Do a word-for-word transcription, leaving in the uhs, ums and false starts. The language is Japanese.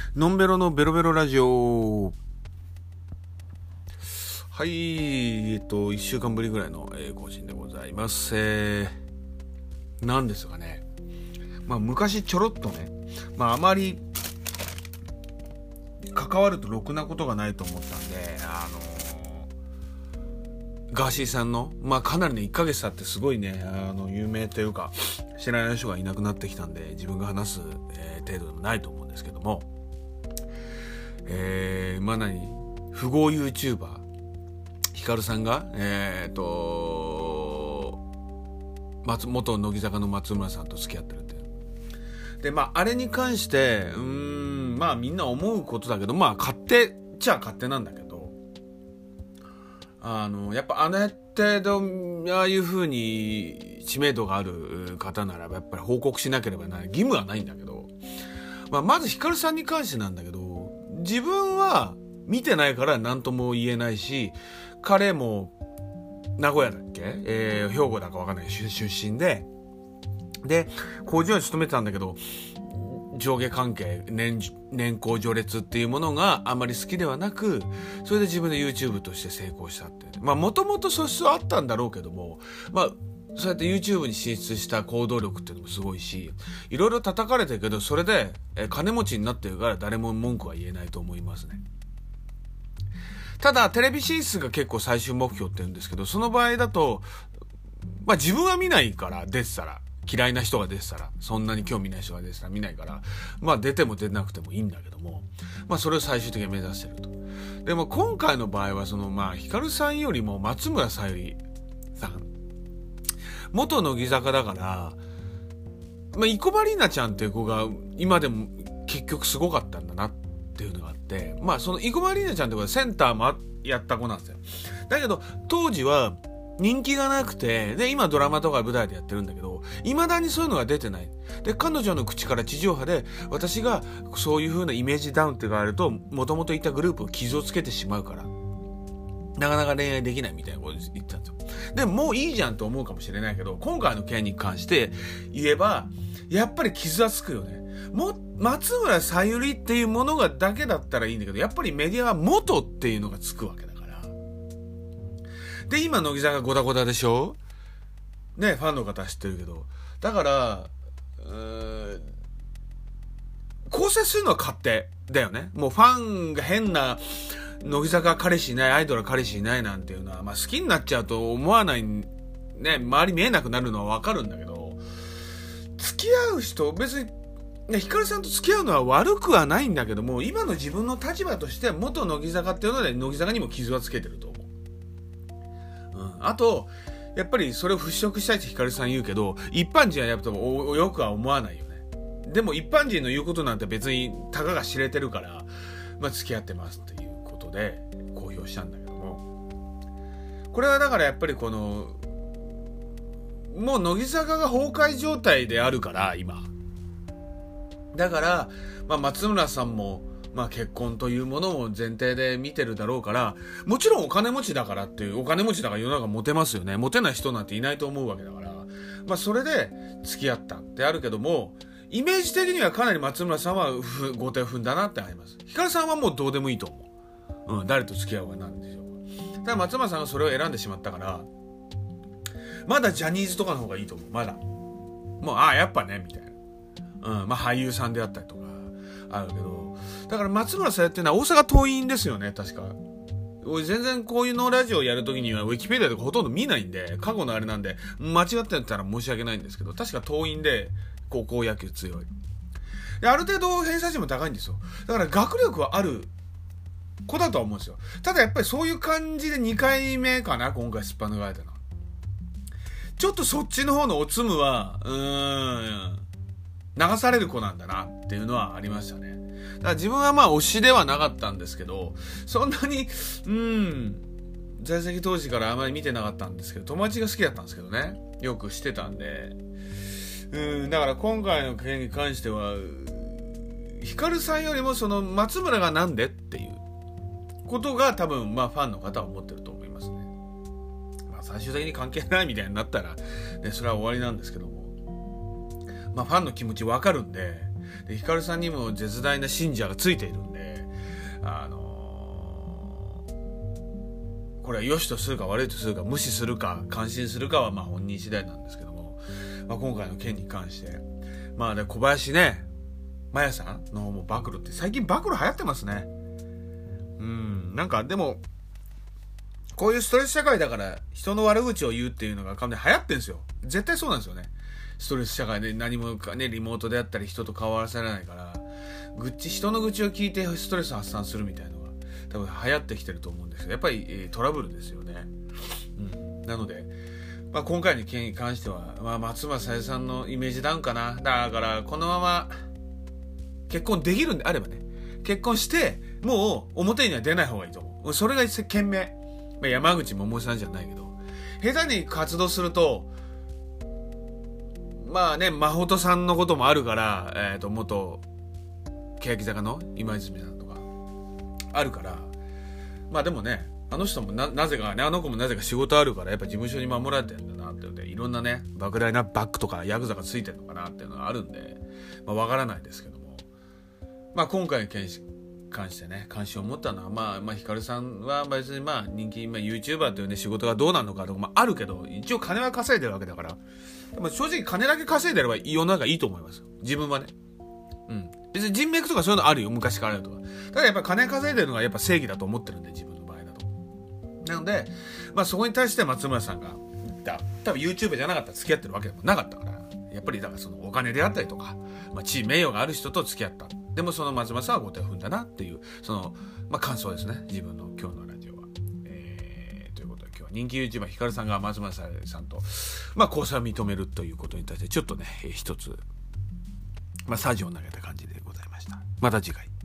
のんべろのベロベロラジオ。はい、えっといっしゅうかんぶりぐらいの、えー、更新でございます。えー、なんですがね、まあ昔ちょろっとね、まああまり関わるとろくなことがないと思ったんで、あのー、ガーシーさんのまあかなりねいっかげつ経ってすごいねあの有名というか知らない人がいなくなってきたんで、自分が話す、えー、程度でもないと思うんですけども、えー、まあ何富豪 YouTuber ヒカルさんがえー、っと松元乃木坂の松村さんと付き合ってるってで、まああれに関してうーんまあみんな思うことだけど、まあ勝手っちゃ勝手なんだけど、あのやっぱあの程度ああいう風に知名度がある方ならばやっぱり報告しなければならない義務はないんだけど、まあ、まずヒカルさんに関してなんだけど、自分は見てないから何とも言えないし、彼も名古屋だっけ、えー、兵庫だか分かんない出身でで工場に勤めてたんだけど、上下関係 年, 年功序列っていうものがあまり好きではなく、それで自分で YouTube として成功したって、まあもともと素質はあったんだろうけども、まあそうやって YouTube に進出した行動力っていうのもすごいし、いろいろ叩かれてるけど、それでえ金持ちになってるから誰も文句は言えないと思いますね。ただテレビ進出が結構最終目標って言うんですけど、その場合だとまあ自分は見ないから出てたら、嫌いな人が出てたら、そんなに興味ない人が出てたら見ないから、まあ出ても出なくてもいいんだけども、まあそれを最終的に目指してると。でも今回の場合はそのまあヒカルさんよりも松村さゆりさん、元乃木坂だから、まあ生駒里奈ちゃんっていう子が今でも結局すごかったんだなっていうのがあって、まあその生駒里奈ちゃんって子はセンターもやった子なんですよ。だけど当時は人気がなくて、で、今ドラマとか舞台でやってるんだけど、未だにそういうのが出てない。で、彼女の口から地上波で、私がそういう風なイメージダウンっていうのがあると、もともといたグループを傷をつけてしまうから、なかなか恋愛できないみたいなこと言ってたんですよ。でも、もういいじゃんと思うかもしれないけど、今回の件に関して言えば、やっぱり傷はつくよね。も、松村さゆりっていうものがだけだったらいいんだけど、やっぱりメディアは元っていうのがつくわけだ。で、今、乃木坂ゴタゴタでしょね、ファンの方は知ってるけど。だから、うーん、構成するのは勝手だよね。もうファンが変な、乃木坂彼氏いない、アイドル彼氏いないなんていうのは、まあ好きになっちゃうと思わない、ね、周り見えなくなるのはわかるんだけど、付き合う人、別に、ね、ヒカルさんと付き合うのは悪くはないんだけども、今の自分の立場として元乃木坂っていうので、乃木坂にも傷はつけてると思う。あとやっぱりそれを払拭したいってヒカルさん言うけど、一般人はやっぱよくは思わないよね。でも一般人の言うことなんて別にたかが知れてるから、まあ付き合ってますっていうことで公表したんだけども、これはだからやっぱりこのもう乃木坂が崩壊状態であるから今だから、まあ、松村さんもまあ結婚というものを前提で見てるだろうから、もちろんお金持ちだからっていう、お金持ちだから世の中モテますよね。モテない人なんていないと思うわけだから、まあそれで付き合ったってあるけども、イメージ的にはかなり松村さんは後手を踏んだなってあります。ヒカルさんはもうどうでもいいと思う。うん、誰と付き合うかなんでしょうか。ただ松村さんがそれを選んでしまったから、まだジャニーズとかの方がいいと思う。まだ。もう、ああ、やっぱね、みたいな。うん、まあ俳優さんであったりとか、あるけど、だから松村さんっていうのは大阪桐蔭ですよね、確か。俺全然こういうのラジオやるときにはウィキペディアとかほとんど見ないんで、過去のあれなんで間違ってたら申し訳ないんですけど、確か桐蔭で高校野球強い。で、ある程度偏差値も高いんですよ。だから学力はある子だとは思うんですよ。ただやっぱりそういう感じでにかいめかな、今回すっぱ抜かれたの。ちょっとそっちの方のおつむは、うーん、流される子なんだなっていうのはありましたね。だから自分はまあ推しではなかったんですけど、そんなに、うん、在籍当時からあまり見てなかったんですけど、友達が好きだったんですけどね。よくしてたんで。うん、だから今回の件に関しては、ヒカルさんよりもその松村がなんでっていうことが多分まあファンの方は思ってると思いますね。まあ最終的に関係ないみたいになったら、ね、それは終わりなんですけども。まあファンの気持ちわかるんで、 でヒカルさんにも絶大な信者がついているんで、あのー、これは良しとするか悪いとするか無視するか感心するかはまあ本人次第なんですけども、まあ、今回の件に関してまあね、小林ね麻也さんの方も暴露って最近暴露流行ってますね。うんなんかでもこういうストレス社会だから人の悪口を言うっていうのが完全に流行ってんですよ。絶対そうなんですよね。ストレス社会で何もかねリモートであったり人と顔合わせられないから愚痴人の愚痴を聞いてストレス発散するみたいなのが多分流行ってきてると思うんですけど、やっぱり、えー、トラブルですよね。うん、なので、まあ、今回の件に関しては、まあ、松村沙友さんのイメージダウンかな。だからこのまま結婚できるんであればね、結婚してもう表には出ない方がいいと思う。それが賢明。まあ、山口百恵さんじゃないけど下手に活動するとまあね真帆さんのこともあるから、えー、と元欅坂の今泉さんとかあるから、まあでもねあの人も な, なぜかねあの子もなぜか仕事あるからやっぱ事務所に守られてるんだなっていうのでいろんなね莫大なバッグとかヤクザがついてるのかなっていうのがあるんで、まあ、分からないですけども、まあ今回の件関してね関心を持ったのはまあまあヒカルさんは別にまあ人気、まあ、YouTuber というね仕事がどうなのかとかもあるけど一応金は稼いでるわけだから、まあ、正直金だけ稼いでれば世の中いいと思いますよ自分はね。うん別に人脈とかそういうのあるよ昔からあるとか。ただやっぱ金稼いでるのがやっぱ正義だと思ってるんで自分の場合だと。なのでまあそこに対して松村さんが言った多分 YouTube じゃなかったら付き合ってるわけでもなかったからやっぱりだからそのお金であったりとか、まあ、地位名誉がある人と付き合った。でもその松村さんは後手を踏んだなっていうその、まあ、感想ですね自分の今日のラジオは、えー、ということで今日は人気 YouTuber ヒカルさんが松村さんと、まあ、交際を認めるということに対してちょっとね一つ、まあ、サジを投げた感じでございました。また次回。